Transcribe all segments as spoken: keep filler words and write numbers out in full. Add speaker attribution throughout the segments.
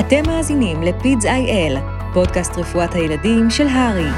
Speaker 1: אתם מאזינים לפידס איי אל, פודקאסט רפואת הילדים של הרי.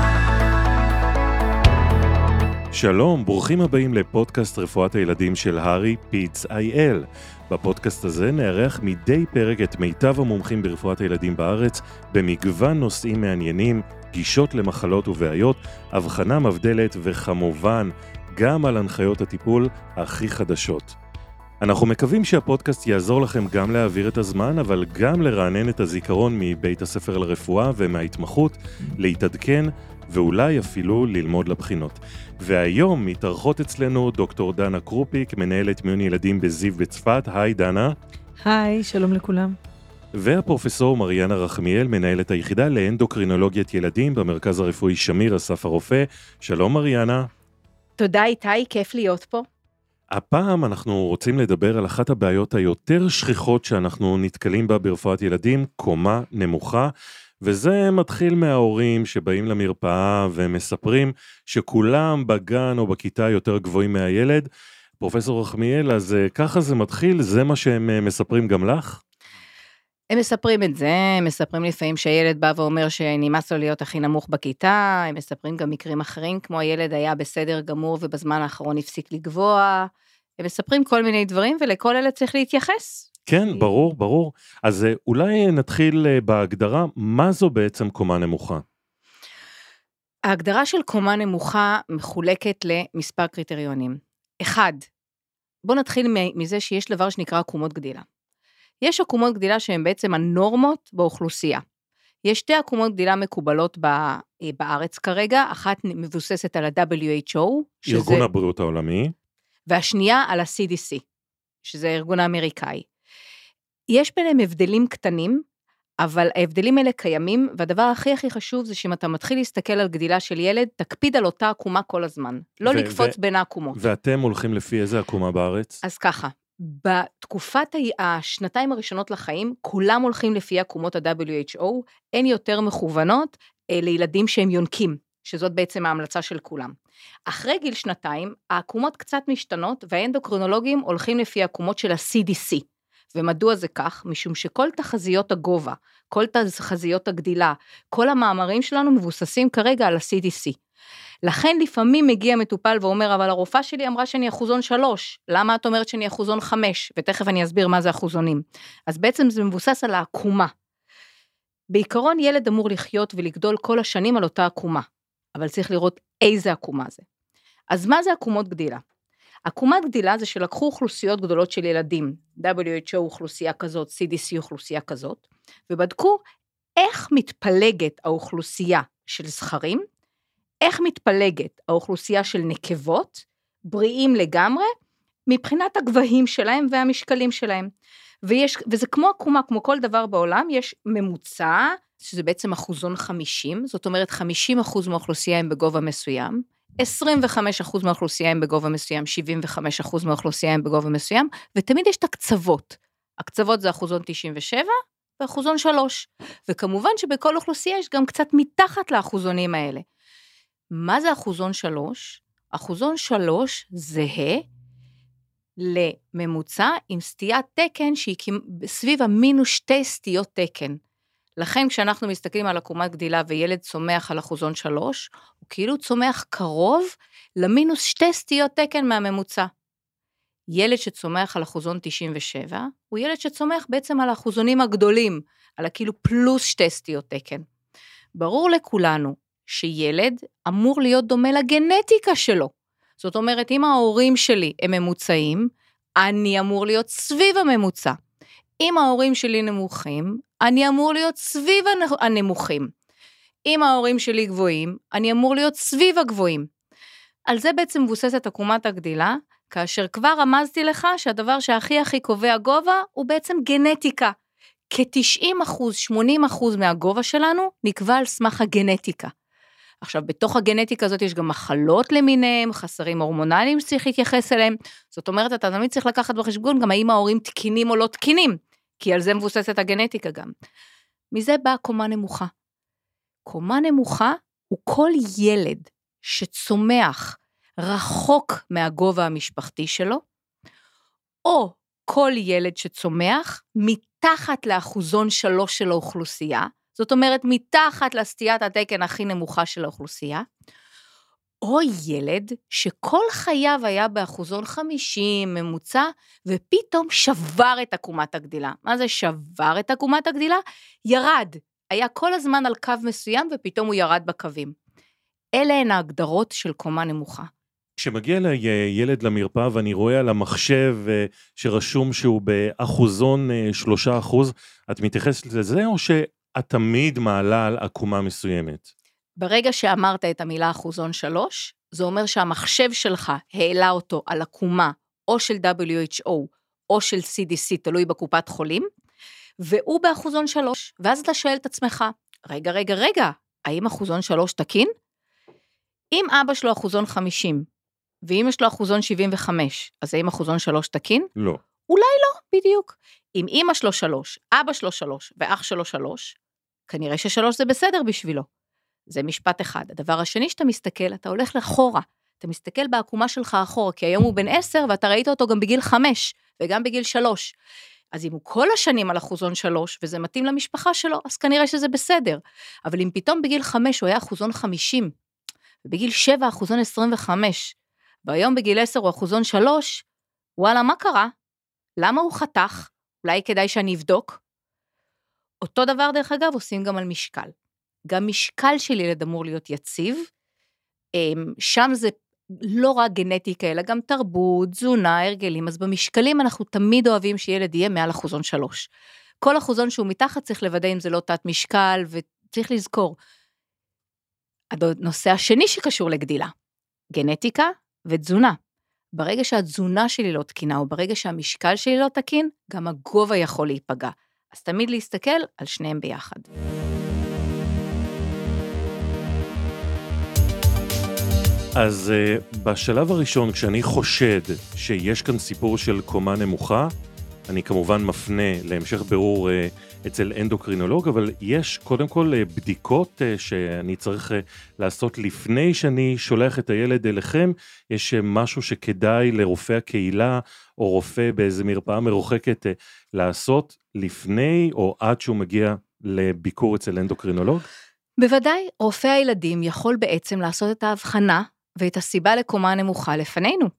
Speaker 2: שלום, ברוכים הבאים לפודקאסט רפואת הילדים של הרי, פידס איי אל. בפודקאסט הזה נערך מדי פרק את מיטב המומחים ברפואת הילדים בארץ, במגוון נושאים מעניינים, גישות למחלות ובעיות, הבחנה מבדלת וכמובן גם על הנחיות הטיפול הכי חדשות. אנחנו מקווים שהפודקאסט יעזור לכם גם להעביר את הזמן, אבל גם לרענן את הזיכרון מבית הספר לרפואה ומההתמחות, להתעדכן ואולי אפילו ללמוד לבחינות. והיום מתארחות אצלנו דוקטור דנה קרופיק, מנהלת מיון ילדים בזיו בצפת. היי דנה.
Speaker 3: היי, שלום לכולם.
Speaker 2: והפרופסור מריאנה רחמיאל, מנהלת היחידה לאנדוקרינולוגיית ילדים במרכז הרפואי שמיר אסף הרופא. שלום מריאנה.
Speaker 4: תודה איתי, כיף להיות פה.
Speaker 2: הפעם אנחנו רוצים לדבר על אחת הבעיות היותר שכיחות שאנחנו נתקלים בה ברפואת ילדים, קומה נמוכה, וזה מתחיל מההורים שבאים למרפאה ומספרים שכולם בגן או בכיתה יותר גבוהים מהילד. פרופסור רחמיאל, אז ככה זה מתחיל, זה מה שהם מספרים גם לך?
Speaker 4: הם מספרים את זה, הם מספרים לפעמים שהילד בא ואומר שנמאס לו להיות הכי נמוך בכיתה, הם מספרים גם מקרים אחרים, כמו הילד היה בסדר גמור ובזמן האחרון הפסיק לגבוה, הם מספרים כל מיני דברים ולכל אלה צריך להתייחס.
Speaker 2: כן, ברור, ברור. אז אולי נתחיל בהגדרה, מה זו בעצם קומה נמוכה?
Speaker 4: ההגדרה של קומה נמוכה מחולקת למספר קריטריונים. אחד, בוא נתחיל מזה שיש דבר שנקרא עקומות גדילה. יש עקומות גדילה שהן בעצם הנורמות באוכלוסייה. יש שתי עקומות גדילה מקובלות בארץ כרגע, אחת מבוססת על ה-דאבליו אייץ' או,
Speaker 2: שזה... ארגון הבריאות העולמי.
Speaker 4: והשנייה על ה-סי די סי, שזה הארגון האמריקאי. יש ביניהם הבדלים קטנים, אבל ההבדלים האלה קיימים, והדבר הכי הכי חשוב זה שאם אתה מתחיל להסתכל על גדילה של ילד, תקפיד על אותה עקומה כל הזמן, לא ו- לקפוץ ו- בין העקומות.
Speaker 2: ואתם הולכים לפי איזה עקומה בארץ?
Speaker 4: אז ככה, בתקופת השנתיים הראשונות לחיים, כולם הולכים לפי עקומות ה-דאבליו אייץ' או, אין יותר מכוונות אה, לילדים שהם יונקים, שזאת בעצם ההמלצה של כולם. אחרי גיל שנתיים, העקומות קצת משתנות, והאנדוקרינולוגים הולכים לפי העקומות של ה-סי די סי. ומדוע זה כך? משום שכל תחזיות הגובה, כל תחזיות הגדילה, כל המאמרים שלנו מבוססים כרגע על ה-סי די סי. לכן לפעמים מגיע מטופל ואומר, אבל הרופאה שלי אמרה שאני אחוזון שלוש, למה את אומרת שאני אחוזון חמש? ותכף אני אסביר מה זה אחוזונים. אז בעצם זה מבוסס על העקומה. בעיקרון ילד אמור לחיות ולגדול כל השנים על אותה עקומה, אבל צריך לראות איזה עקומה זה. אז מה זה עקומות גדילה? עקומת גדילה זה שלקחו אוכלוסיות גדולות של ילדים, דאבליו אייץ' או אוכלוסייה כזאת, סי די סי אוכלוסייה כזאת, ובדקו איך מתפלגת האוכלוסייה של זכרים, איך מתפלגת האוכלוסייה של נקבות, בריאים לגמרי, מבחינת הגבהים שלהם והמשקלים שלהם. ויש, וזה כמו עקומה, כמו כל דבר בעולם, יש ממוצע, שזה בעצם אחוזון חמישים, זאת אומרת חמישים אחוז מהאוכלוסייה הם בגובה מסוים, עשרים וחמישה אחוז מהאוכלוסייה הם בגובה מסוים, שבעים וחמישה אחוז מהאוכלוסייה הם בגובה מסוים, ותמיד יש את הקצוות. הקצוות זה אחוזון תשעים ושבע ואחוזון שלוש, וכמובן שבכל אוכלוסייה יש גם קצת מתחת לאחוזונים האלה. מה זה אחוזון שלוש? אחוזון שלוש זהה לממוצע עם סטיית תקן שהיא סביב המינוס שתי סטיות תקן. לכן כשאנחנו מסתכלים על עקומת גדילה וילד צומח על אחוזון שלוש, הוא כאילו צומח קרוב למינוס שתי סטיות תקן מהממוצע. ילד שצומח על אחוזון תשעים ושבע, הוא ילד שצומח בעצם על האחוזונים הגדולים, על הכאילו פלוס שתי סטיות תקן. ברור לכולנו שילד אמור להיות דומה לגנטיקה שלו. זאת אומרת, אם ההורים שלי הם ממוצעים, אני אמור להיות סביב הממוצע. אם ההורים שלי נמוכים, אני אמור להיות סביב הנמוכים. אם ההורים שלי גבוהים, אני אמור להיות סביב הגבוהים. על זה בעצם מבוססת עקומת הגדילה, כאשר כבר רמזתי לך שהדבר שהכי הכי קובע גובה, הוא בעצם גנטיקה. כ-תשעים אחוז, שמונים אחוז מהגובה שלנו, נקבע על סמך הגנטיקה. עכשיו, בתוך הגנטיקה הזאת יש גם מחלות למיניהם, חסרים הורמונליים שצריך להתייחס אליהם, זאת אומרת, אתה תמיד צריך לקחת בחשבון גם האם ההורים תקינים או לא תקינים, כי על זה מבוססת הגנטיקה גם. מזה באה קומה נמוכה. קומה נמוכה הוא כל ילד שצומח רחוק מהגובה המשפחתי שלו, או כל ילד שצומח מתחת לאחוזון שלוש של האוכלוסייה, זאת אומרת, מתחת לסטיית התקן הכי נמוכה של האוכלוסייה, או ילד שכל חייו היה באחוזון חמישים ממוצע, ופתאום שבר את עקומת הגדילה. מה זה שבר את עקומת הגדילה? ירד. היה כל הזמן על קו מסוים, ופתאום הוא ירד בקווים. אלה הן ההגדרות של קומה נמוכה.
Speaker 2: כשמגיע אליי ילד למרפאה ואני רואה על המחשב שרשום שהוא באחוזון שלושה אחוז, את מתייחסת לזה או שאת תמיד מעלה על עקומה מסוימת?
Speaker 4: ברגע שאמרת את המילה אחוזון שלוש, זה אומר שהמחשב שלך העלה אותו על עקומה או של דאבליו אייץ' או או של סי די סי, תלוי בקופת חולים, והוא באחוזון שלוש, ואז אתה שואל את עצמך, רגע, רגע, רגע, האם אחוזון שלוש תקין? אם אבא שלו אחוזון חמישים, ואם יש לו אחוזון שבעים וחמש, אז האם אחוזון שלוש תקין?
Speaker 2: לא.
Speaker 4: אולי לא, בדיוק. אם אמא שלו שלוש, אבא שלו שלוש, ואח שלו שלוש, כנראה ששלוש זה בסדר בשבילו. זה משפט אחד. הדבר השני שאתה מסתכל, אתה הולך לאחורה. אתה מסתכל בעקומה שלך אחורה, כי היום הוא בן עשר, ואתה ראית אותו גם בגיל חמש, וגם בגיל שלוש. אז אם הוא כל השנים על אחוזון שלוש, וזה מתאים למשפחה שלו, אז כנראה שזה בסדר. אבל אם פתאום בגיל חמש הוא היה אחוזון חמישים, ובגיל שבע אחוזון עשרים וחמש, והיום בגיל עשר הוא אחוזון שלוש, וואלה, מה קרה? למה הוא חתך? אולי כדאי שאני אבדוק? אותו דבר דרך אגב עושים גם על משקל. גם משקל של ילד אמור להיות יציב, שם זה לא רק גנטיקה, אלא גם תרבות, תזונה, הרגלים, אז במשקלים אנחנו תמיד אוהבים שילד יהיה מעל אחוזון שלוש. כל אחוזון שהוא מתחת צריך לוודא אם זה לא תת משקל, וצריך לזכור. הנושא השני שקשור לגדילה, גנטיקה ותזונה. ברגע שהתזונה שלי לא תקינה, או ברגע שהמשקל שלי לא תקין, גם הגובה יכול להיפגע. אז תמיד להסתכל על שניהם ביחד.
Speaker 2: אז uh, בשלב הראשון, כשאני חושד שיש כאן סיפור של קומה נמוכה, אני כמובן מפנה להמשך בירור uh, אצל אנדוקרינולוג, אבל יש קודם כל uh, בדיקות uh, שאני צריך uh, לעשות לפני שאני שולח את הילד אליכם. יש uh, משהו שכדאי לרופא הקהילה או רופא באיזה מרפאה מרוחקת uh, לעשות לפני או עד שהוא מגיע לביקור אצל אנדוקרינולוג?
Speaker 4: בוודאי, רופא הילדים יכול בעצם לעשות את ההבחנה ואת הסיבה לקומה נמוכה לפנינו.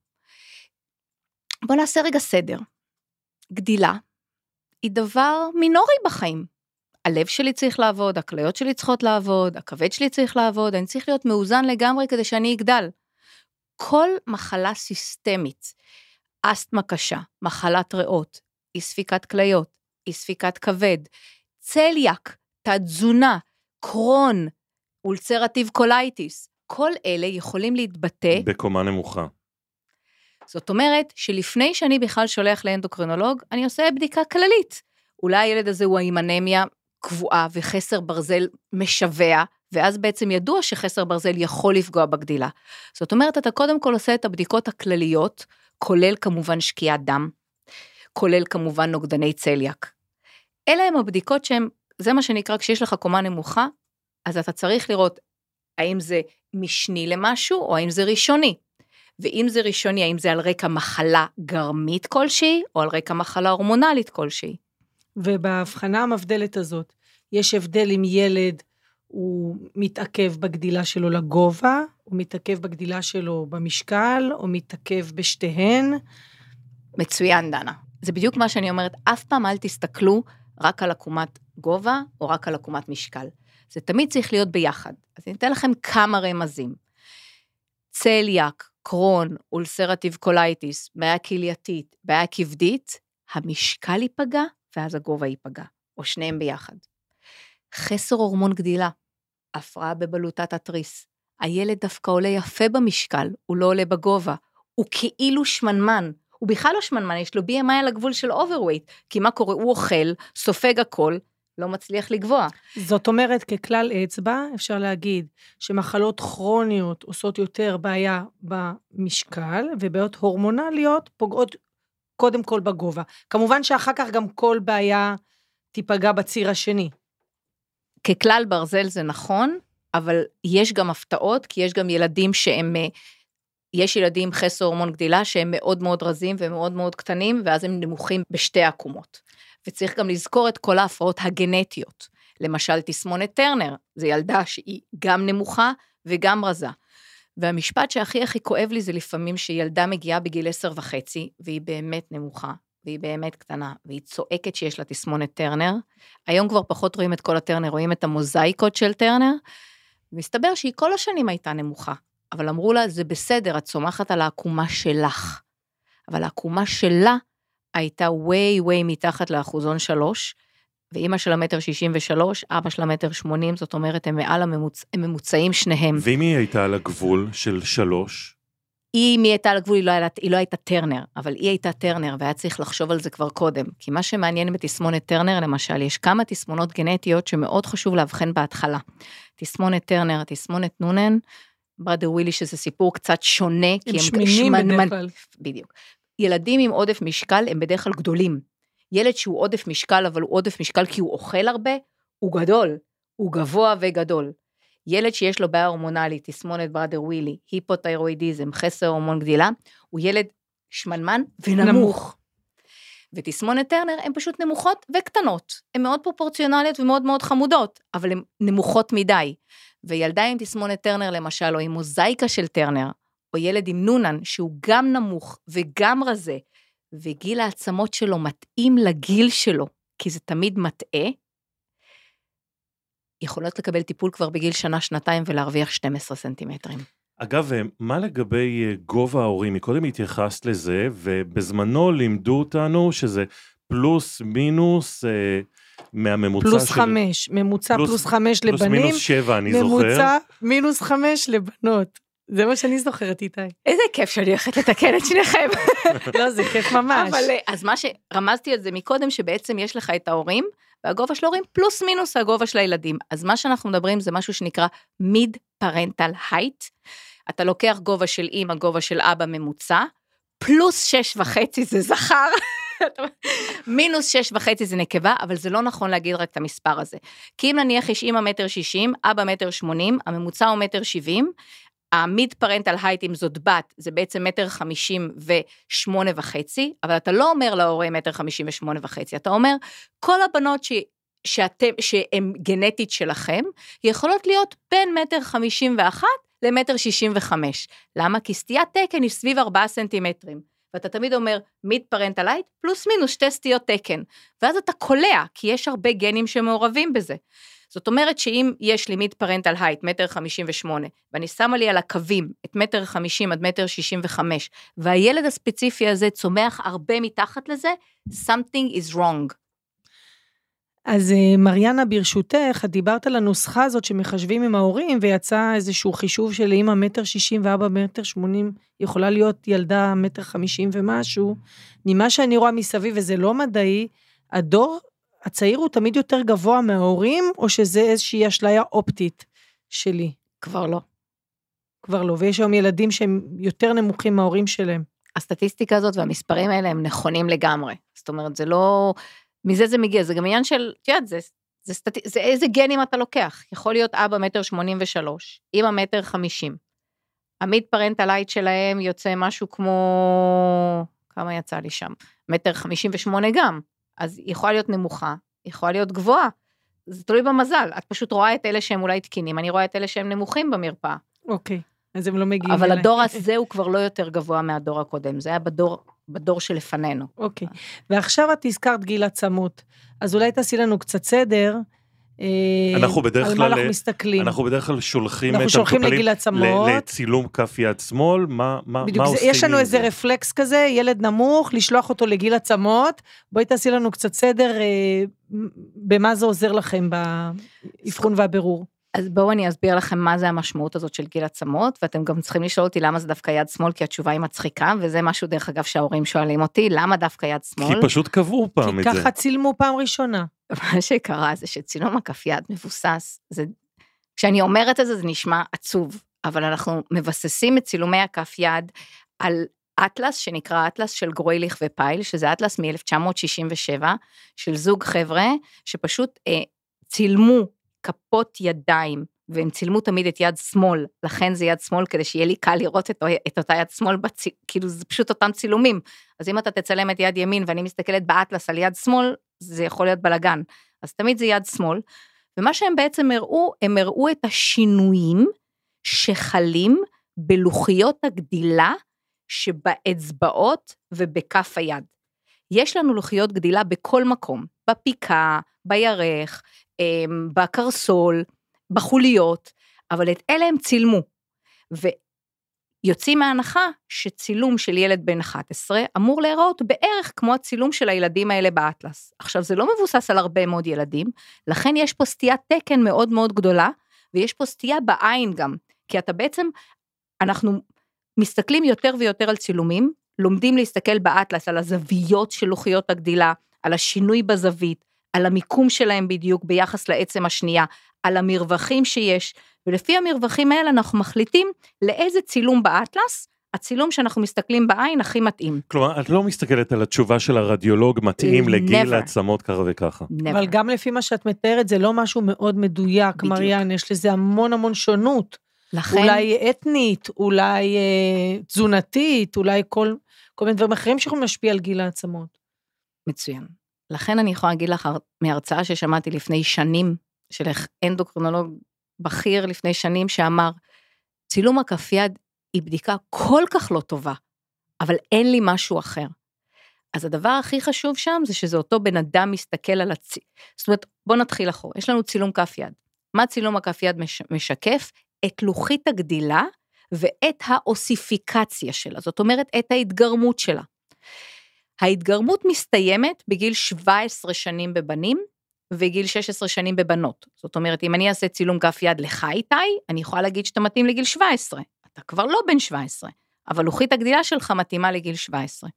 Speaker 4: בוא נעשה רגע סדר. גדילה היא דבר מינורי בחיים. הלב שלי צריך לעבוד, הכליות שלי צריכות לעבוד, הכבד שלי צריך לעבוד, אני צריך להיות מאוזן לגמרי כדי שאני אגדל. כל מחלה סיסטמית, אסתמה קשה, מחלת ריאות, אי ספיקת כליות, אי ספיקת כבד, צליאק, תת תזונה, קרון, אולצרטיב קולייטיס, כל אלה יכולים להתבטא
Speaker 2: בקומה נמוכה.
Speaker 4: זאת אומרת שלפני שאני בכלל שולח לאנדוקרינולוג, אני עושה בדיקה כללית. אולי הילד הזה הוא עם אנמיה קבועה וחסר ברזל משווה, ואז בעצם ידוע שחסר ברזל יכול לפגוע בגדילה. זאת אומרת, אתה קודם כל עושה את הבדיקות הכלליות, כולל כמובן שקיעת דם, כולל כמובן נוגדני צליאק. אלה הם הבדיקות שהן, זה מה שנקרא, כשיש לך קומה נמוכה, אז אתה צריך לראות האם זה משני למשהו, או האם זה ראשוני. ואם זה ראשוני, האם זה על רקע מחלה גרמית כלשהי, או על רקע מחלה הורמונלית כלשהי.
Speaker 3: ובהבחנה המבדלת הזאת, יש הבדל אם ילד הוא מתעכב בגדילה שלו לגובה, הוא מתעכב בגדילה שלו במשקל, או מתעכב בשתיהן.
Speaker 4: מצוין, דנה. זה בדיוק מה שאני אומרת, אף פעם אל תסתכלו רק על עקומת גובה, או רק על עקומת משקל. זה תמיד צריך להיות ביחד. אז אני אתן לכם כמה רמזים. צליאק, קרון, אולסרטיב קולייטיס, בעיה כלייתית, בעיה כבדית, המשקל ייפגע, ואז הגובה ייפגע, או שניהם ביחד. חסר הורמון גדילה, הפרעה בבלוטת התריס, הילד דווקא עולה יפה במשקל, הוא לא עולה בגובה, הוא כאילו שמנמן, הוא בכלל לא שמנמן, יש לו בי אם איי על הגבול של אוברווייט, כי מה קורה? הוא אוכל, סופג הכל, לא מצליח לגבוה.
Speaker 3: זאת אומרת, ככלל אצבע, אפשר להגיד שמחלות כרוניות עושות יותר בעיה במשקל, ובעיות הורמונליות פוגעות קודם כל בגובה. כמובן שאחר כך גם כל בעיה תיפגע בציר השני.
Speaker 4: ככלל ברזל זה נכון, אבל יש גם הפתעות, כי יש גם ילדים שהם, יש ילדים חסר הורמון גדילה, שהם מאוד מאוד רזים ומאוד מאוד קטנים, ואז הם נמוכים בשתי עקומות. וצריך גם לזכור את כל ההפרעות הגנטיות. למשל, תסמונת טרנר, זו ילדה שהיא גם נמוכה וגם רזה. והמשפט שהכי הכי כואב לי זה לפעמים שילדה מגיעה בגיל עשר וחצי, והיא באמת נמוכה, והיא באמת קטנה, והיא צועקת שיש לה תסמונת טרנר. היום כבר פחות רואים את כל הטרנר, רואים את המוזאיקות של טרנר, ומסתבר שהיא כל השנים הייתה נמוכה, אבל אמרו לה, זה בסדר, את צומחת על העקומה שלך. אבל העקומה שלה הייתה ווי ווי מתחת לאחוזון שלוש, ואמא של המטר שישים ושלוש, אבא של המטר שמונים, זאת אומרת, הם מעל הממוצ... הם ממוצעים שניהם.
Speaker 2: ואם היא הייתה על הגבול של שלוש?
Speaker 4: אם היא הייתה על הגבול, היא לא, הייתה, היא לא הייתה טרנר, אבל היא הייתה טרנר, והיה צריך לחשוב על זה כבר קודם. כי מה שמעניין בתסמונת טרנר, למשל, יש כמה תסמונות גנטיות שמאוד חשוב להבחן בהתחלה. תסמונת טרנר, תסמונת נונן, בראדר ווילי, שזה סיפור קצת שונה,
Speaker 3: הם
Speaker 4: כי הם
Speaker 3: שמנים בדרך כלל.
Speaker 4: בדיוק. ילדים עם עודף משקל הם בדרך כלל גדולים. ילד שהוא עודף משקל, אבל הוא עודף משקל כי הוא אוכל הרבה, הוא גדול, הוא גבוה וגדול. ילד שיש לו בעיה הורמונלית, תסמונת בראדר ווילי, היפותיירואידיזם, חסר הורמון גדילה, הוא ילד שמנמן ונמוך. ותסמונת טרנר הן פשוט נמוכות וקטנות. הן מאוד פרופורציונליות ומאוד מאוד חמודות, אבל הן נמוכות מדי. וילדה עם תסמונת טרנר למשל, או עם מוזאיקה של טרנר, או ילד עם נונן, שהוא גם נמוך וגם רזה, וגיל העצמות שלו מתאים לגיל שלו, כי זה תמיד מטעה, יכולות לקבל טיפול כבר בגיל שנה, שנתיים, ולהרוויח שנים עשר סנטימטרים.
Speaker 2: אגב, מה לגבי גובה ההורים? מקודם התייחסת לזה, ובזמנו לימדו אותנו שזה פלוס מינוס אה, מהממוצע
Speaker 3: פלוס
Speaker 2: של...
Speaker 3: חמש, ממוצע פלוס, פלוס חמש
Speaker 2: פלוס
Speaker 3: לבנים.
Speaker 2: פלוס מינוס שבע, אני זוכר.
Speaker 3: ממוצע מינוס חמש לבנות. זה מה שאני זוכרת, איתי.
Speaker 4: איזה כיף שאני הולכת לתקן את שניכם.
Speaker 3: לא, זה כיף ממש.
Speaker 4: אבל אז מה שרמזתי על זה מקודם, שבעצם יש לך את ההורים, והגובה של ההורים פלוס מינוס הגובה של הילדים. אז מה שאנחנו מדברים זה משהו שנקרא מיד פרנטל הייט. אתה לוקח גובה של אמא, גובה של אבא ממוצע, פלוס שש וחצי זה זכר, מינוס שש וחצי זה נקבה, אבל זה לא נכון להגיד רק את המספר הזה. כי אם נניח יש אמא מטר שישים, אבא מטר שמונים, הממוצע הוא מטר שבעים, המיד פרנטל הייט אם זאת בת, זה בעצם מטר חמישים ושמונה וחצי, אבל אתה לא אומר להורי מטר חמישים ושמונה וחצי, אתה אומר, כל הבנות ש... שאתם, שהן גנטית שלכם, יכולות להיות בין מטר חמישים ואחת למטר שישים וחמש. למה? כי סטיית תקן היא סביב ארבעה סנטימטרים, ואתה תמיד אומר, מיד פרנטל הייט, פלוס מינוס שתי סטיות תקן, ואז אתה קולע, כי יש הרבה גנים שמעורבים בזה. זאת אומרת שאם יש לי מיד פרנטל הייט, מטר חמישים ושמונה, ואני שמה לי על הקווים את מטר חמישים עד מטר שישים וחמש, והילד הספציפי הזה צומח הרבה מתחת לזה, something is wrong.
Speaker 3: אז מריאנה, ברשותך, את דיברת על הנוסחה הזאת שמחשבים עם ההורים, ויצא איזשהו חישוב של אמא מטר שישים ואבא מטר שמונים, יכולה להיות ילדה מטר חמישים ומשהו, ממה שאני רואה מסביב, וזה לא מדעי, הדור הצעיר הוא תמיד יותר גבוה מההורים, או שזה איזושהי אשליה אופטית שלי?
Speaker 4: כבר לא.
Speaker 3: כבר לא, ויש היום ילדים שהם יותר נמוכים מההורים שלהם.
Speaker 4: הסטטיסטיקה הזאת והמספרים האלה הם נכונים לגמרי. זאת אומרת, זה לא... מזה זה מגיע, זה גם עניין של, תיעד, זה, זה, סטט... זה איזה גנים אתה לוקח. יכול להיות אבא מטר שמונים ושלוש, אמא מטר חמישים. המיד פרנטל הייט שלהם יוצא משהו כמו... כמה יצא לי שם? מטר חמישים ושמונה גם. אז היא יכולה להיות נמוכה, היא יכולה להיות גבוהה, זה תלוי במזל, את פשוט רואה את אלה שהם אולי תקינים, אני רואה את אלה שהם נמוכים במרפאה.
Speaker 3: אוקיי, אז הם לא מגיעים
Speaker 4: אבל
Speaker 3: אליי.
Speaker 4: הדור הזה הוא כבר לא יותר גבוה מהדור הקודם, זה היה בדור, בדור שלפנינו.
Speaker 3: אוקיי, ועכשיו את הזכרת גיל עצמות, אז אולי תעשי לנו קצת סדר,
Speaker 2: אנחנו בדרך
Speaker 3: על
Speaker 2: כלל,
Speaker 3: מה אנחנו מסתכלים.
Speaker 2: אנחנו בדרך כלל שולחים
Speaker 3: אנחנו
Speaker 2: את
Speaker 3: שולחים לגיל
Speaker 2: המטופלים
Speaker 3: עצמות.
Speaker 2: לצילום כף יד שמאל, מה, מה,
Speaker 3: בדיוק,
Speaker 2: מה
Speaker 3: זה,
Speaker 2: עושים
Speaker 3: יש לנו
Speaker 2: עם
Speaker 3: איזה
Speaker 2: זה?
Speaker 3: רפלקס כזה, ילד נמוך, לשלוח אותו לגיל עצמות, בואי תעשי לנו קצת סדר, אה, במה זה עוזר לכם באבחון והבירור.
Speaker 4: אז בואו אני אסביר לכם מה זה המשמעות הזאת של גיל עצמות, ואתם גם צריכים לשאול אותי למה זה דווקא יד שמאל, כי התשובה היא מצחיקה, וזה משהו דרך אגב שההורים שואלים אותי, למה דווקא יד שמאל?
Speaker 2: כי פשוט קבעו פעם
Speaker 3: כי
Speaker 2: את זה.
Speaker 3: ככה צילמו פעם ראשונה.
Speaker 4: מה שקרה זה שצילום הכף יד מבוסס, זה, כשאני אומרת את זה זה נשמע עצוב, אבל אנחנו מבססים את צילומי הכף יד על אטלס שנקרא אטלס של גרויליך ופייל, שזה אטלס מ-אלף תשע מאות שישים ושבע, של זוג חבר'ה, שפשוט אה, צילמו כפות ידיים והם צילמו תמיד את יד שמאל, לכן זה יד שמאל, כדי שיהיה לי קל לראות את, את אותה יד שמאל, בצ... כאילו זה פשוט אותם צילומים, אז אם אתה תצלם את יד ימין, ואני מסתכלת באטלס על יד שמאל, זה יכול להיות בלגן, אז תמיד זה יד שמאל, ומה שהם בעצם הראו, הם הראו את השינויים, שחלים בלוחיות הגדילה, שבאצבעות ובכף היד. יש לנו לוחיות גדילה בכל מקום, בפיקה, בירך, בקרסול, בחוליות, אבל את אלה הם צילמו, ויוצאים מההנחה שצילום של ילד בן אחת עשרה, אמור להיראות בערך כמו הצילום של הילדים האלה באטלס. עכשיו זה לא מבוסס על הרבה מאוד ילדים, לכן יש פה סטיית תקן מאוד מאוד גדולה, ויש פה סטייה בעין גם, כי אתה בעצם, אנחנו מסתכלים יותר ויותר על צילומים, לומדים להסתכל באטלס על הזוויות של לוחיות הגדילה, על השינוי בזווית, על המיקום שלהם בדיוק ביחס לעצם השנייה, על המרווחים שיש, ולפי המרווחים האלה אנחנו מחליטים לאיזה צילום באטלס, הצילום שאנחנו מסתכלים בעין הכי מתאים.
Speaker 2: כלומר, את לא מסתכלת על התשובה של הרדיולוג, מתאים לגיל העצמות ככה וככה.
Speaker 3: Never. אבל גם לפי מה שאת מתארת, זה לא משהו מאוד מדויק, בדיוק. מריאן, יש לזה המון המון שונות. לכן... אולי אתנית, אולי אה, תזונתית, אולי כל, כל מיני דברים אחרים שיכולים להשפיע על גיל העצמות.
Speaker 4: מצוין. לכן אני יכולה להגיד לך, מהרצאה ששמעתי לפני שנים, של אנדוקרינולוג בכיר לפני שנים, שאמר, צילום הכף יד היא בדיקה כל כך לא טובה, אבל אין לי משהו אחר. אז הדבר הכי חשוב שם, זה שזה אותו בן אדם מסתכל על הצ... זאת אומרת, בוא נתחיל אחורה, יש לנו צילום כף יד. מה צילום הכף יד מש... משקף? את לוחית הגדילה, ואת האוסיפיקציה שלה, זאת אומרת, את ההתגרמות שלה. ההתגרמות מסתיימת בגיל שבע עשרה שנים בבנים, וגיל שש עשרה שנים בבנות. זאת אומרת, אם אני אעשה צילום כף יד לך איתי, אני יכולה להגיד שאתה מתאים לגיל שבע עשרה. אתה כבר לא בן שבע עשרה, אבל לוחית הגדילה שלך מתאימה לגיל שבע עשרה.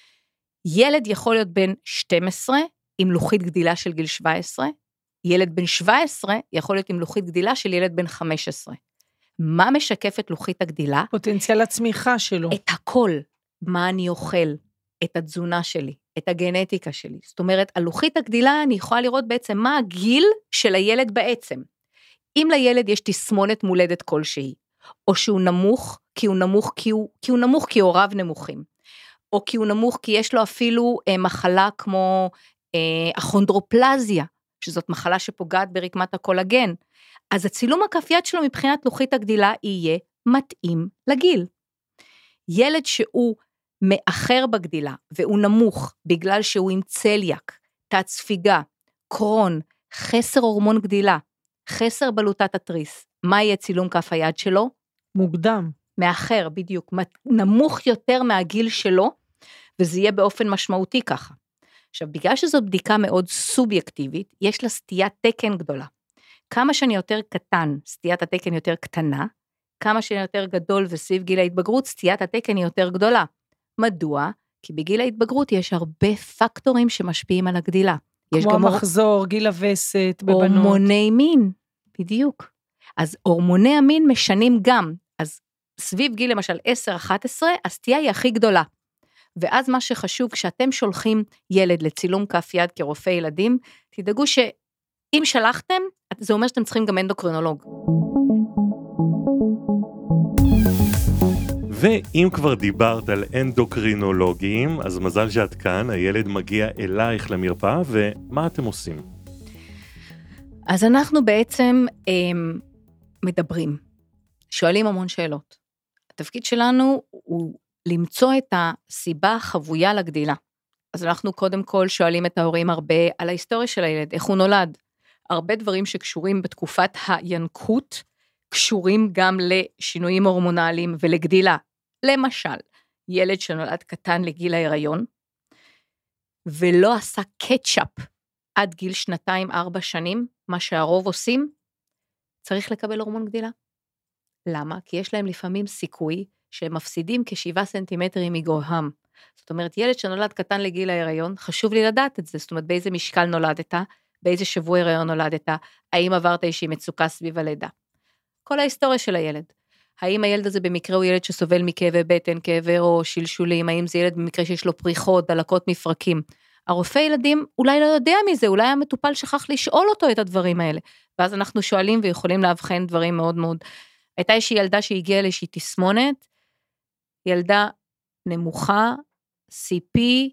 Speaker 4: ילד יכול להיות בן שתים עשרה, עם לוחית גדילה של גיל שבע עשרה, ילד בן שבע עשרה יכול להיות עם לוחית גדילה של ילד בן חמש עשרה. מה משקפת לוחית הגדילה?
Speaker 3: פוטנציאל הצמיחה שלו.
Speaker 4: את הכל, מה אני אוכל, את התזונה שלי, את הגנטיקה שלי. זאת אומרת, על לוחית הגדילה אני יכולה לראות בעצם מה הגיל של הילד בעצם. אם לילד יש תסמונת מולדת כלשהי, או שהוא נמוך, כי הוא נמוך כי הוא, כי הוא נמוך כי הוריו נמוכים, או כי הוא נמוך כי יש לו אפילו אה, מחלה כמו אה, הכונדרופלזיה, שזאת מחלה שפוגעת ברקמת הקולגן, אז הצילום הכף יד שלו מבחינת לוחית הגדילה יהיה מתאים לגיל. ילד שהוא מאחר בגדילה, והוא נמוך בגלל שהוא עם צליאק, תת ספיגה, קרון, חסר הורמון גדילה, חסר בלוטת התריס, מה יהיה צילום כף היד שלו?
Speaker 3: מוקדם.
Speaker 4: מאחר, בדיוק, נמוך יותר מהגיל שלו, וזה יהיה באופן משמעותי ככה. עכשיו, בגלל שזו בדיקה מאוד סובייקטיבית, יש לה סטיית תקן גדולה. כמה שאני יותר קטן, סטיית התקן יותר קטנה, כמה שאני יותר גדול וסביב גיל ההתבגרות, סטיית התקן היא יותר גדולה. מדוע? כי בגיל ההתבגרות יש הרבה פקטורים שמשפיעים על הגדילה.
Speaker 3: כמו המחזור, גיל הווסת, בבנות.
Speaker 4: הורמוני מין, בדיוק. אז הורמוני המין משנים גם, אז סביב גיל למשל עשר אחת עשרה, הסטייה היא הכי גדולה. ואז מה שחשוב, כשאתם שולחים ילד לצילום כף יד כרופא ילדים, תדאגו שאם שלחתם, זה אומר שאתם צריכים גם אנדוקרינולוג.
Speaker 2: ואם כבר דיברת על אנדוקרינולוגים, אז מזל שאת כאן, הילד מגיע אלייך למרפאה, ומה אתם עושים?
Speaker 4: אז אנחנו בעצם הם, מדברים, שואלים המון שאלות. התפקיד שלנו הוא למצוא את הסיבה החבויה לגדילה. אז אנחנו קודם כל שואלים את ההורים הרבה על ההיסטוריה של הילד, איך הוא נולד. הרבה דברים שקשורים בתקופת הינקות, קשורים גם לשינויים הורמונליים ולגדילה. למשל, ילד שנולד קטן לגיל ההיריון, ולא עשה קטשאפ עד גיל שנתיים, ארבע שנים, מה שהרוב עושים, צריך לקבל הורמון גדילה. למה? כי יש להם לפעמים סיכוי שהם מפסידים כשבעה סנטימטרים מגוהם. זאת אומרת, ילד שנולד קטן לגיל ההיריון, חשוב לי לדעת את זה, זאת אומרת, באיזה משקל נולדת, באיזה שבוע הריון נולדת, האם עברת איזושהי מצוקה סביב הלידה. כל ההיסטוריה של הילד. האם הילד הזה במקרה הוא ילד שסובל מכאבי בטן, כאבי ראש, שלשולים, האם זה ילד במקרה שיש לו פריחות, דלקות מפרקים. הרופא ילדים אולי לא יודע מזה, אולי המטופל שכח לשאול אותו את הדברים האלה, ואז אנחנו שואלים ויכולים להבחן דברים מאוד מאוד. הייתה איזושהי ילדה שהגיעה לאיזושהי תסמונת, ילדה נמוכה, סי פי,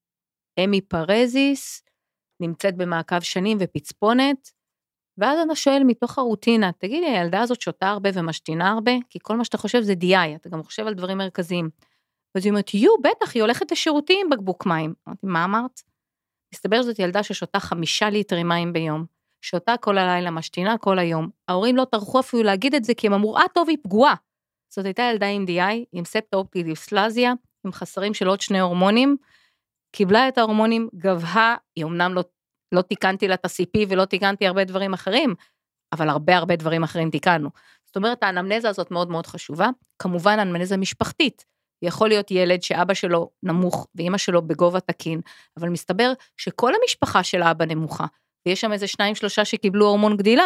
Speaker 4: המיפרזיס, נמצאת במעקב שנים ופצפונת, ואז אתה שואל מתוך הרוטינה, תגידי, הילדה הזאת שותה הרבה ומשתינה הרבה, כי כל מה שאתה חושב זה די איי, אתה גם חושב על דברים מרכזיים. ואז היא אומרת, יו, בטח, היא הולכת לשירותים עם בקבוק מים. אמרתי, מה אמרת? מסתבר זאת ילדה ששותה חמישה ליטרי מים ביום, שותה כל הלילה, משתינה כל היום. ההורים לא טרחו אפילו להגיד את זה, כי הם אמרו, אה, טוב, היא פגועה. זאת הייתה ילדה עם די איי, עם ספטואופטית דיספלזיה, עם חסרים של עוד שני הורמונים, קיבלה את ההורמונים, גבהה, היא אמנם לא, לא תיקנתי לה את ה-סי פי ולא תיקנתי הרבה דברים אחרים, אבל הרבה הרבה דברים אחרים תיקנו. זאת אומרת, האנמנזה הזאת מאוד מאוד חשובה, כמובן האנמנזה משפחתית, יכול להיות ילד שאבא שלו נמוך ואמא שלו בגובה תקין, אבל מסתבר שכל המשפחה של האבא נמוכה, ויש שם איזה שניים שלושה שקיבלו הורמון גדילה,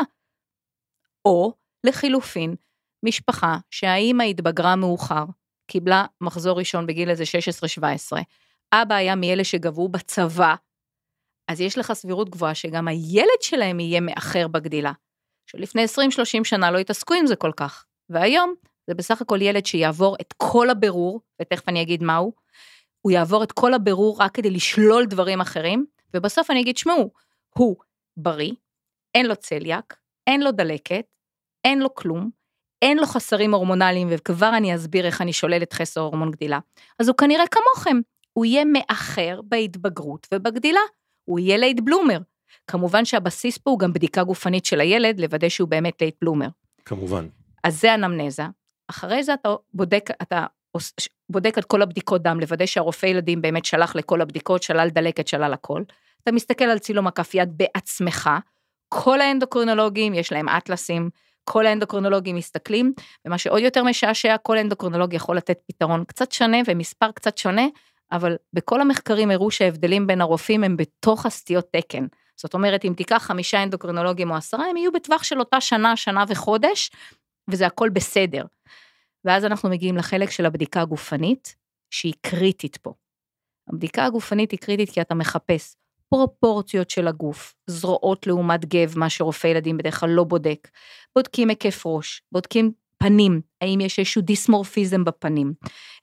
Speaker 4: או לחילופין, משפחה שהאמא התבגרה מאוחר, קיבלה מחזור ראשון בגיל איזה שש עשרה שבע עשרה, אבא היה מאלה שגבו בצבא, אז יש לך סבירות גבוהה שגם הילד שלהם יהיה מאחר בגדילה, שלפני עשרים שלושים שנה לא התעסקו עם זה כל כך, והיום זה בסך הכל ילד שיעבור את כל הבירור, ותכף אני אגיד מהו, הוא יעבור את כל הבירור רק כדי לשלול דברים אחרים, ובסוף אני אגיד, שמעו, הוא בריא, אין לו צליאק, אין לו דלקת, אין לו כלום, אין לו חסרים הורמונליים, וכבר אני אסביר איך אני שוללת חסר הורמון גדילה, אז הוא כנראה כמוכם, הוא יהיה מאחר בהתבגרות ובגדילה, הוא יהיה לייט בלומר, כמובן שהבסיס פה הוא גם בדיקה גופנית של הילד, לוודא שהוא באמת לייט בלומר.
Speaker 2: כמובן.
Speaker 4: אז זה אנמנזה, אחרי זה אתה בודק, אתה בודק את כל הבדיקות דם, לוודא שהרופא ילדים באמת שלח לכל הבדיקות, שלל דלקת, שלל הכל, אתה מסתכל על צילום כף יד בעצמך, כל האנדוקרינולוגים יש להם אטלסים, כל האנדוקרינולוגים מסתכלים, ומה שעוד יותר משעשע, כל האנדוקרינולוג יכול לתת פתרון קצת שונה, ומספר קצת שונה, אבל בכל המחקרים הראו שההבדלים בין הרופאים הם בתוך הסטיות תקן, זאת אומרת, אם תיקח חמישה אנדוקרינולוגים או עשרה, הם יהיו בטווח של אותה שנה, שנה וחודש, וזה הכל בסדר. ואז אנחנו מגיעים לחלק של הבדיקה הגופנית, שהיא קריטית פה. הבדיקה הגופנית היא קריטית כי אתה מחפש פרופורציות של הגוף, זרועות לעומת גב, מה שרופא ילדים בדרך כלל לא בודק, בודקים היקף ראש, בודקים פנים, האם יש איזשהו דיסמורפיזם בפנים,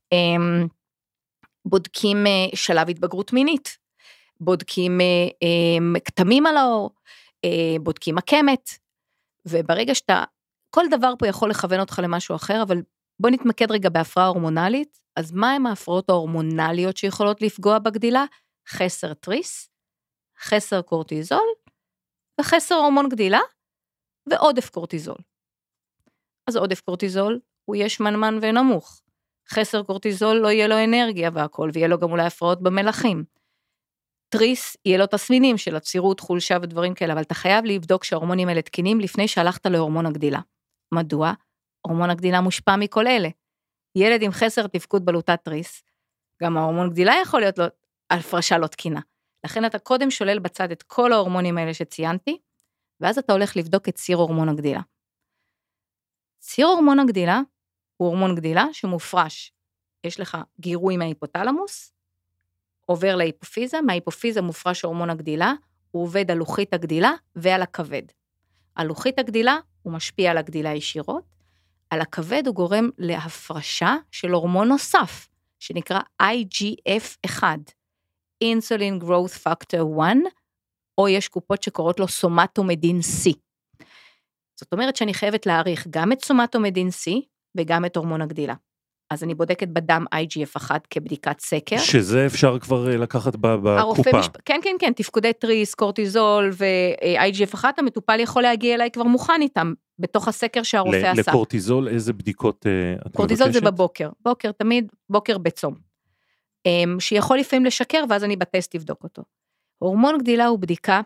Speaker 4: בודקים שלב התבגרות מינית, בודקים כתמים על האור, בודקים מקמת, וברגע שאתה, כל דבר פה יכול לכוון אותך למשהו אחר, אבל בוא נתמקד רגע בהפרעה הורמונלית, אז מה הם ההפרעות ההורמונליות שיכולות לפגוע בגדילה? חסר טריס, חסר קורטיזול, וחסר הורמון גדילה, ועודף קורטיזול. אז עודף קורטיזול, הוא יהיה שמנמן ונמוך. חסר קורטיזול לא יהיה לו אנרגיה והכל, ויהיה לו גם אולי הפרעות במלחים. טריס, יהיה לו תסמינים של עצירות, חולשה ודברים כאלה, אבל אתה חייב לבדוק שההורמונים האלה תקינים לפני שהלכת להורמון הגדילה. מדוע? הורמון הגדילה מושפע מכל אלה. ילד עם חסר תפקוד בלוטת טריס, גם ההורמון גדילה יכול להיות לו הפרשה לא תקינה. לכן אתה קודם שולל בצד את כל ההורמונים האלה שציינתי, ואז אתה הולך לבדוק את ציר הורמון הגדילה. ציר הורמון הגדילה הוא הורמון גדילה שמופרש. יש לך גירוי מההיפותלמוס, עובר להיפופיזה, מההיפופיזה מופרש הורמון הגדילה, הוא עובד על לוחית הגדילה ועל הכבד. על לוחית הגדילה הוא משפיע על הגדילה ישירות, על הכבד הוא גורם להפרשה של הורמון נוסף, שנקרא איי ג'י אף אחת, Insulin Growth Factor אחת, או יש קופות שקוראות לו סומטומדין C. זאת אומרת שאני חייבת להעריך גם את סומטומדין C, וגם את הורמון הגדילה. אז אני בודקת בדם איי ג'י אף אחת כבדיקת סקר.
Speaker 2: שזה אפשר כבר לקחת בקופה. משפ...
Speaker 4: כן, כן, כן, תפקודי טריס, קורטיזול ו-איי ג'י אף אחת, המטופל יכול להגיע אליי כבר מוכן איתם, בתוך הסקר שהרופא ל- עשה.
Speaker 2: לקורטיזול, איזה בדיקות uh, את
Speaker 4: קורטיזול
Speaker 2: מבקשת?
Speaker 4: זה בבוקר, בוקר תמיד, בוקר בצום. Um, שיכול לפעמים לשקר, ואז אני בטסט תבדוק אותו. הורמון גדילה הוא בדיקה,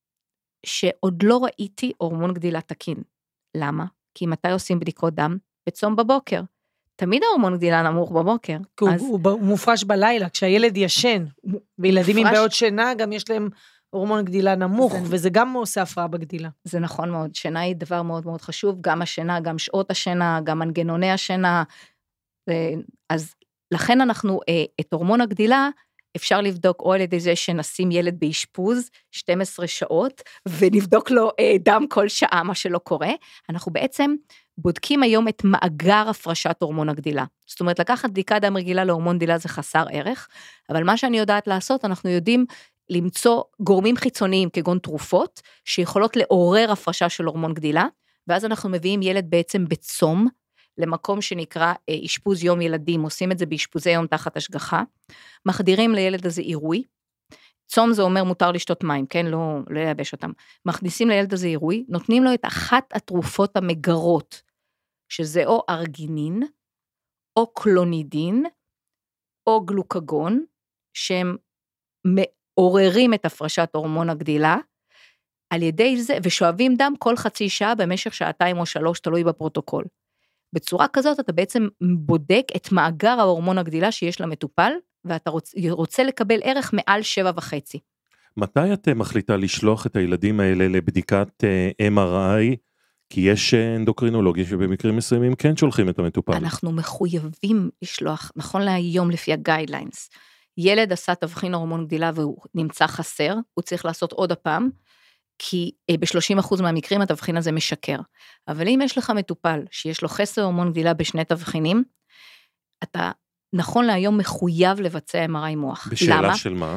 Speaker 4: שעוד לא ראיתי הורמון גדילה תקין. למה? כי מתי עושים בדיקות דם? בצום בבוקר. תמיד ההורמון גדילה נמוך בבוקר.
Speaker 3: אז... הוא, הוא מופרש בלילה, כשהילד ישן, וילדים מופרש... עם בעיות שינה, גם יש להם הורמון גדילה נמוך, זה... וזה גם עושה הפרעה בגדילה.
Speaker 4: זה נכון מאוד, שינה היא דבר מאוד מאוד חשוב, גם השינה, גם שעות השינה, גם מנגנוני השינה, אז לכן אנחנו, את הורמון הגדילה, אפשר לבדוק או על ידי זה שנשים ילד באשפוז שתים עשרה שעות, ונבדוק לו אה, דם כל שעה, מה שלא קורה. אנחנו בעצם בודקים היום את מאגר הפרשת הורמון הגדילה. זאת אומרת, לקחת בדיקת דם רגילה להורמון גדילה זה חסר ערך, אבל מה שאני יודעת לעשות, אנחנו יודעים למצוא גורמים חיצוניים כגון תרופות, שיכולות לעורר הפרשה של הורמון גדילה, ואז אנחנו מביאים ילד בעצם בצום, למקום שנקרא אשפוז יום ילדים, עושים את זה באשפוזי יום תחת השגחה, מחדירים לילד הזה עירוי, צום זה אומר מותר לשתות מים, כן, לא, לא לייבש אותם, מכניסים לילד הזה עירוי, נותנים לו את אחת התרופות המגרות, שזה או ארגינין, או קלונידין, או גלוקגון, שהם מעוררים את הפרשת הורמון הגדילה, על ידי זה, ושואבים דם כל חצי שעה, במשך שעתיים או שלוש, תלוי בפרוטוקול. בצורה כזאת אתה בעצם בודק את מאגר ההורמון הגדילה שיש למטופל, ואתה רוצ, רוצה לקבל ערך מעל שבע וחצי.
Speaker 2: מתי את מחליטה לשלוח את הילדים האלה לבדיקת אם אר איי, כי יש אנדוקרינולוגיה שבמקרים מסוימים כן שולחים את המטופל? אנחנו
Speaker 4: מחויבים לשלוח, נכון להיום לפי הגיידליינס, ילד עשה תבחין הורמון גדילה והוא נמצא חסר, הוא צריך לעשות עוד הפעם, כי ב-שלושים אחוז מהמקרים התבחין הזה משקר. אבל אם יש לך מטופל שיש לו חסר הורמון גדילה בשני תבחינים, אתה נכון להיום מחויב לבצע אם אר איי מוח.
Speaker 2: בשאלה
Speaker 4: למה?
Speaker 2: של מה?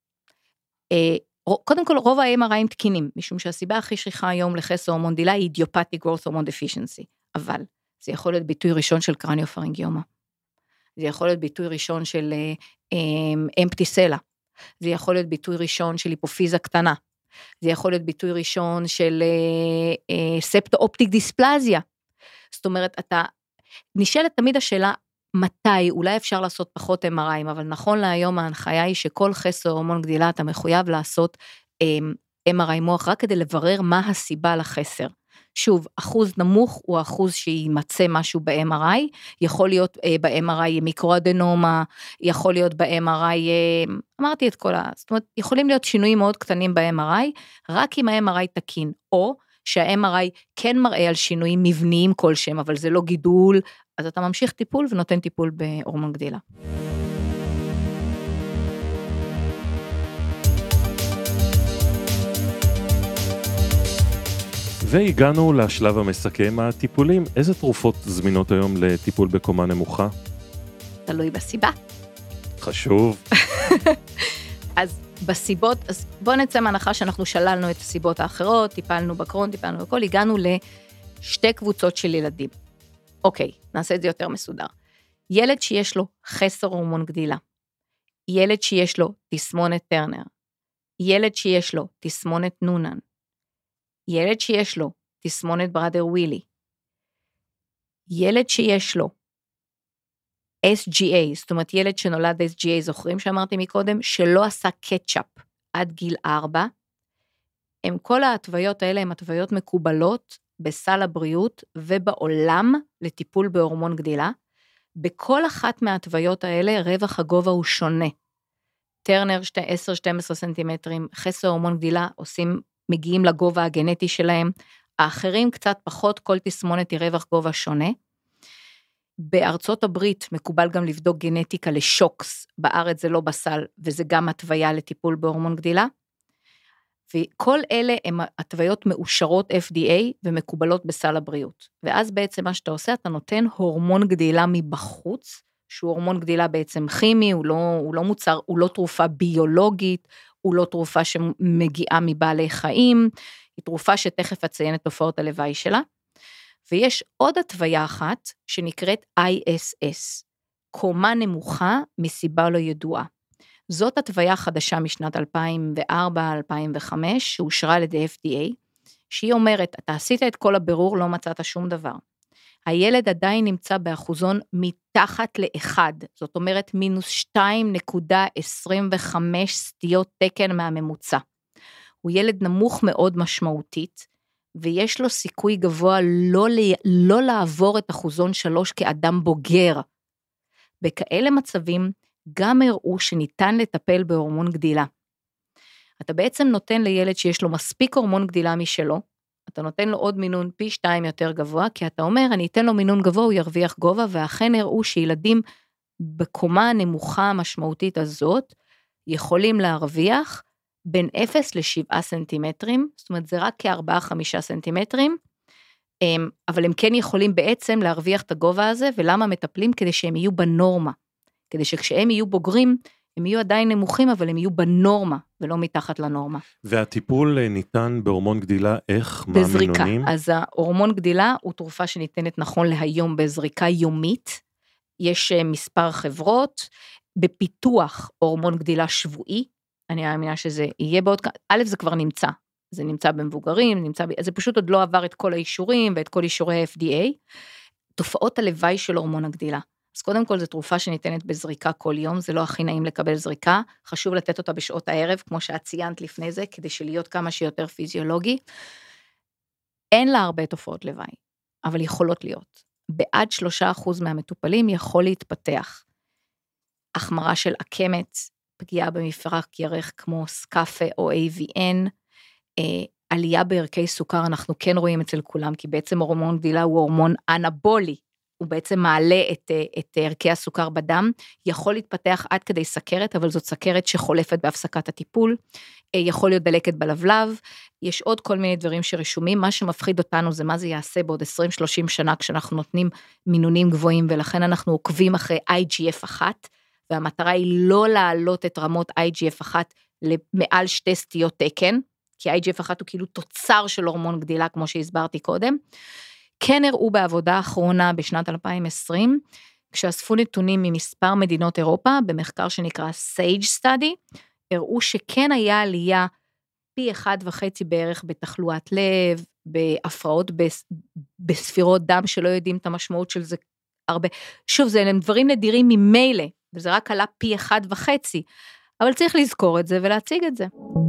Speaker 4: קודם כל רוב ה-אם אר איי תקינים, משום שהסיבה הכי שכיחה היום לחסר הורמון גדילה היא אידיופתיק growth hormone deficiency, אבל זה יכול להיות ביטוי ראשון של קרניופרינגיומה, זה יכול להיות ביטוי ראשון של אמפטיסלה, זה יכול להיות ביטוי ראשון של היפופיזה קטנה, זה יכול להיות ביטוי ראשון של ספטו-אופטיק דיספלזיה, זאת אומרת, אתה נשאלת תמיד השאלה, מתי, אולי אפשר לעשות פחות אם אר איי, אבל נכון להיום ההנחיה היא שכל חסר הורמון גדילה, אתה מחויב לעשות אם אר איי מוח, רק כדי לברר מה הסיבה לחסר. שוב, אחוז נמוך הוא האחוז שימצא משהו ב-אם אר איי, יכול להיות ב-אם אר איי מיקרואדנומה, יכול להיות ב-אם אר איי, אמרתי את כל ה... זאת אומרת, יכולים להיות שינויים מאוד קטנים ב-אם אר איי, רק אם ה-אם אר איי תקין, או שה-אם אר איי כן מראה על שינויים מבניים כלשהם, אבל זה לא גידול, אז אתה ממשיך טיפול ונותן טיפול בהורמון גדילה.
Speaker 2: והגענו לשלב המסכם, הטיפולים. איזה תרופות זמינות היום לטיפול בקומה נמוכה?
Speaker 4: תלוי בסיבה.
Speaker 2: חשוב.
Speaker 4: אז בסיבות, אז בוא נצא מהנחה שאנחנו שללנו את הסיבות האחרות, טיפלנו בקרון, טיפלנו בכל, הגענו לשתי קבוצות של ילדים. אוקיי, נעשה את זה יותר מסודר. ילד שיש לו חסר הורמון גדילה, ילד שיש לו תסמונת טרנר, ילד שיש לו תסמונת נונן, ילד שיש לו תסמונת בראדר ווילי, ילד שיש לו אס ג'י איי, זאת אומרת ילד שנולד אס ג'י איי, זוכרים שאמרתי מקודם, שלא עשה קטשאפ עד גיל ארבע, הם כל ההתוויות האלה, הם התוויות מקובלות בסל הבריאות ובעולם לטיפול בהורמון גדילה, בכל אחת מההתוויות האלה רווח הגובה הוא שונה, טרנר עשר שתים עשרה סנטימטרים, חסר הורמון גדילה עושים, מגיעים לגובה הגנטי שלהם, האחרים קצת פחות, כל תסמונת היא רווח גובה שונה, בארצות הברית מקובל גם לבדוק גנטיקה לשוקס, בארץ זה לא בסל, וזה גם התוויה לטיפול בהורמון גדילה, וכל אלה הם התוויות מאושרות אף די איי, ומקובלות בסל הבריאות, ואז בעצם מה שאתה עושה, אתה נותן הורמון גדילה מבחוץ, שהוא הורמון גדילה בעצם כימי, הוא לא, הוא לא מוצר, הוא לא תרופה ביולוגית, הוא לא תרופה שמגיעה מבעלי חיים, היא תרופה שתכף אציין את תופעות הלוואי שלה, ויש עוד התוויה אחת שנקראת איי אס אס, קומה נמוכה מסיבה לא ידועה. זאת התוויה חדשה משנת אלפיים וארבע עד אלפיים וחמש, שאושרה על ידי אף די איי, שהיא אומרת, אתה עשית את כל הבירור, לא מצאת שום דבר. הילד עדיין נמצא באחוזון מתחת לאחד, זאת אומרת מינוס שתיים נקודה עשרים וחמש סטיות תקן מהממוצע. הוא ילד נמוך מאוד משמעותית, ויש לו סיכוי גבוה לא, לא לעבור את אחוזון שלוש כאדם בוגר. בכאלה מצבים גם הראו שניתן לטפל בהורמון גדילה. אתה בעצם נותן לילד שיש לו מספיק הורמון גדילה משלו, אתה נותן לו עוד מינון פי שתיים יותר גבוה, כי אתה אומר, אני אתן לו מינון גבוה, הוא ירוויח גובה, ואכן הראו שילדים בקומה הנמוכה המשמעותית הזאת, יכולים להרוויח בין אפס לשבעה סנטימטרים, זאת אומרת זה רק כארבעה חמישה סנטימטרים, אבל הם כן יכולים בעצם להרוויח את הגובה הזה, ולמה מטפלים? כדי שהם יהיו בנורמה, כדי שכשהם יהיו בוגרים, הם יהיו עדיין נמוכים, אבל הם יהיו בנורמה, ולא מתחת לנורמה.
Speaker 2: והטיפול ניתן בהורמון גדילה, איך? מה
Speaker 4: בזריקה.
Speaker 2: המינונים?
Speaker 4: אז ההורמון גדילה הוא תרופה שניתנת נכון להיום בזריקה יומית, יש מספר חברות, בפיתוח הורמון גדילה שבועי, אני מאמינה שזה יהיה בעוד, א' זה כבר נמצא, זה נמצא במבוגרים, נמצא, זה פשוט עוד לא עבר את כל האישורים, ואת כל אישורי ה-אף די איי, תופעות הלוואי של הורמון הגדילה. אז קודם כל, זו תרופה שניתנת בזריקה כל יום, זה לא הכי נעים לקבל זריקה, חשוב לתת אותה בשעות הערב, כמו שאת ציינת לפני זה, כדי שלהיות כמה שיותר פיזיולוגי. אין לה הרבה תופעות לוואי, אבל יכולות להיות. בעד שלושה אחוז מהמטופלים יכול להתפתח. החמרה של עקמת, פגיעה במפרק ירך כמו סקאפה או איי וי אן, אה, עלייה בערכי סוכר, אנחנו כן רואים אצל כולם, כי בעצם הורמון גדילה הוא הורמון אנבולי, הוא בעצם מעלה את, את ערכי הסוכר בדם, יכול להתפתח עד כדי סכרת, אבל זאת סכרת שחולפת בהפסקת הטיפול, יכול להיות דלקת בלבלב, יש עוד כל מיני דברים שרשומים, מה שמפחיד אותנו זה מה זה יעשה בעוד עשרים שלושים שנה, כשאנחנו נותנים מינונים גבוהים, ולכן אנחנו עוקבים אחרי איי ג'י אף אחת, והמטרה היא לא להעלות את רמות איי ג'י אף אחת למעל שתי סטיות תקן, כי איי ג'י אף אחת הוא כאילו תוצר של הורמון גדילה, כמו שהסברתי קודם, כן הראו בעבודה האחרונה בשנת אלפיים ועשרים, כשאספו נתונים ממספר מדינות אירופה, במחקר שנקרא סייג' סטאדי, הראו שכן היה עלייה פי אחד וחצי בערך בתחלואת לב, בהפרעות בספירות דם שלא יודעים את המשמעות של זה הרבה. שוב, זה הם דברים נדירים ממילא, וזה רק עלה פי אחד וחצי, אבל צריך לזכור את זה ולהציג את זה.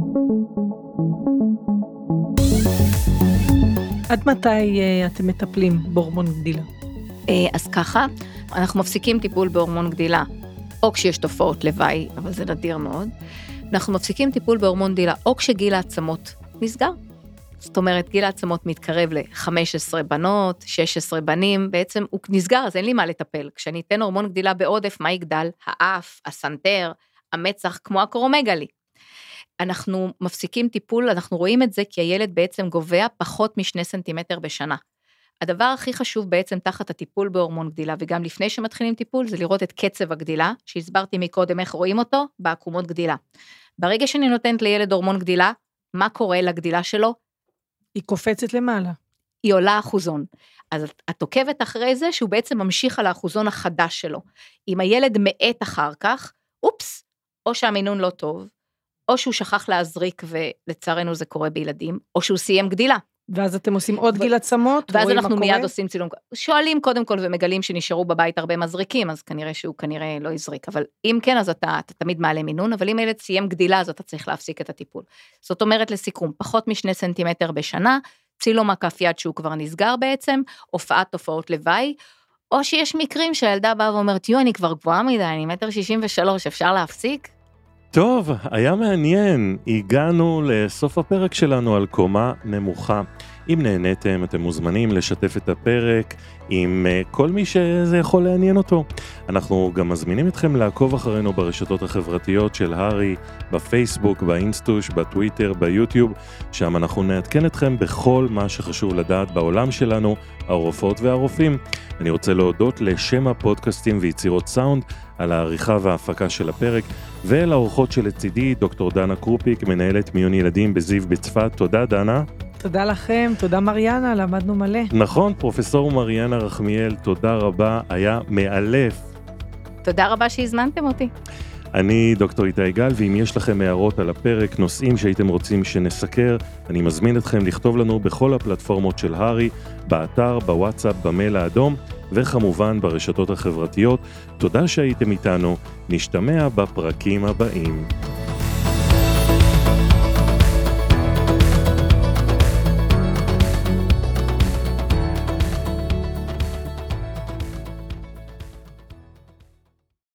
Speaker 3: עד מתי אתם מטפלים בהורמון גדילה?
Speaker 4: אז ככה, אנחנו מפסיקים טיפול בהורמון גדילה, או כשיש תופעות לוואי, אבל זה נדיר מאוד, אנחנו מפסיקים טיפול בהורמון גדילה, או כשגיל העצמות נסגר. זאת אומרת, גיל העצמות מתקרב ל-חמש עשרה בנות, שש עשרה בנים, בעצם הוא נסגר, אז אין לי מה לטפל. כשאני אתן הורמון גדילה בעודף, מה יגדל? האף, הסנטר, המצח, כמו הקרומגלי. אנחנו מפסיקים טיפול, אנחנו רואים את זה כי הילד בעצם גובע פחות משני סנטימטר בשנה. הדבר הכי חשוב בעצם תחת הטיפול בהורמון גדילה, וגם לפני שמתחילים טיפול, זה לראות את קצב הגדילה, שהסברתי מקודם איך רואים אותו, בעקומות גדילה. ברגע שאני נותנת לילד הורמון גדילה, מה קורה לגדילה שלו?
Speaker 3: היא קופצת למעלה.
Speaker 4: היא עולה אחוזון. אז את עוקבת אחרי זה, שהוא בעצם ממשיך על האחוזון החדש שלו. אם הילד מעט אחר כך, אופס, או שהמינון לא טוב, או שהוא שכח להזריק, ולצערנו זה קורה בילדים, או שהוא סיים גדילה.
Speaker 3: ואז אתם עושים עוד גיל עצמות?
Speaker 4: ואז אנחנו מיד עושים צילום. שואלים קודם כל ומגלים שנשארו בבית הרבה מזריקים, אז כנראה שהוא כנראה לא יזריק. אבל אם כן, אז אתה, אתה תמיד מעלה מינון, אבל אם הילד סיים גדילה, אז אתה צריך להפסיק את הטיפול. זאת אומרת לסיכום, פחות משני סנטימטר בשנה, צילום כף יד שהוא כבר נסגר בעצם, הופעת תופעות לוואי, או שיש מקרים שהילדה באה ואומרת, יו, אני כבר גבוהה מדי, אני מטר שישים ושלוש, אפשר להפסיק?
Speaker 2: טוב, היה מעניין, הגענו לסוף הפרק שלנו על קומה נמוכה. אם נהניתם, אתם מוזמנים לשתף את הפרק עם כל מי שזה יכול לעניין אותו. אנחנו גם מזמינים אתכם לעקוב אחרינו ברשתות החברתיות של הרי, בפייסבוק, באינסטוש, בטוויטר, ביוטיוב, שם אנחנו נעדכן אתכם בכל מה שחשוב לדעת בעולם שלנו, הרופאות והרופאים. אני רוצה להודות לשם הפודקאסטים ויצירות סאונד, על העריכה וההפקה של הפרק, ולאורחות שלצידי, דוקטור דנה קרופיק, מנהלת מיון ילדים בזיו בצפת. תודה דנה.
Speaker 3: תודה לכם, תודה מריאנה, למדנו מלא.
Speaker 2: נכון, פרופסור מריאנה רחמיאל, תודה רבה, היה מאלף.
Speaker 4: תודה רבה שהזמנתם אותי.
Speaker 2: אני דוקטור איתי גל, ואם יש לכם הערות על הפרק, נושאים שהייתם רוצים שנסקר, אני מזמין אתכם לכתוב לנו בכל הפלטפורמות של הרי, באתר, בוואטסאפ, במייל האדום, וכמובן ברשתות החברתיות. תודה שהייתם איתנו, נשתמע בפרקים הבאים.